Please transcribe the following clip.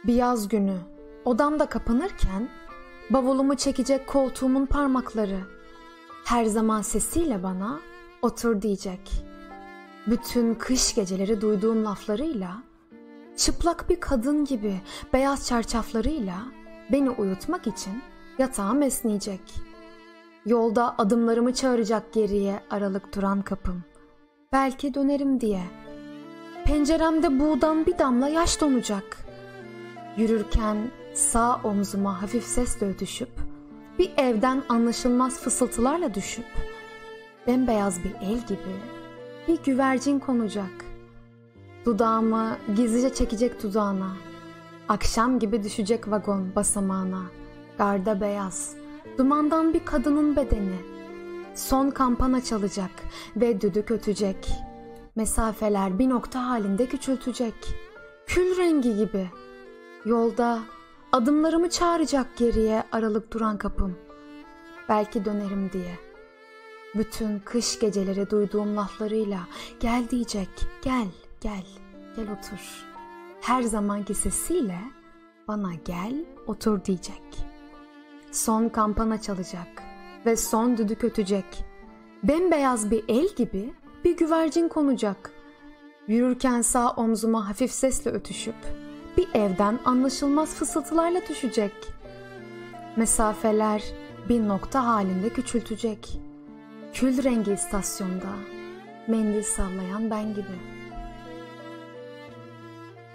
Bir yaz günü odamda kapanırken bavulumu çekecek koltuğumun parmakları her zaman sesiyle bana otur diyecek. Bütün kış geceleri duyduğum laflarıyla, çıplak bir kadın gibi beyaz çarşaflarıyla beni uyutmak için yatağım esneyecek. Yolda adımlarımı çağıracak geriye aralık duran kapım. Belki dönerim diye. Penceremde buğdan bir damla yaş donacak. Yürürken sağ omzuma hafif sesle ötüşüp, bir evden anlaşılmaz fısıltılarla düşüp, bembeyaz bir el gibi bir güvercin konacak. Dudağımı gizlice çekecek tuzağına, akşam gibi düşecek vagon basamağına, garda beyaz, dumandan bir kadının bedeni, son kampana çalacak ve düdük ötecek. Mesafeler bir nokta halinde küçültecek, kül rengi gibi. Yolda adımlarımı çağıracak geriye aralık duran kapım. Belki dönerim diye. Bütün kış geceleri duyduğum laflarıyla gel diyecek, gel, gel, gel otur. Her zamanki sesiyle bana gel, otur diyecek. Son kampana çalacak ve son düdük ötecek. Bembeyaz bir el gibi bir güvercin konacak. Yürürken sağ omzuma hafif sesle ötüşüp, bir evden anlaşılmaz fısıltılarla düşecek. Mesafeler bir nokta halinde küçültecek. Kül rengi istasyonda, mendil sallayan ben gibi.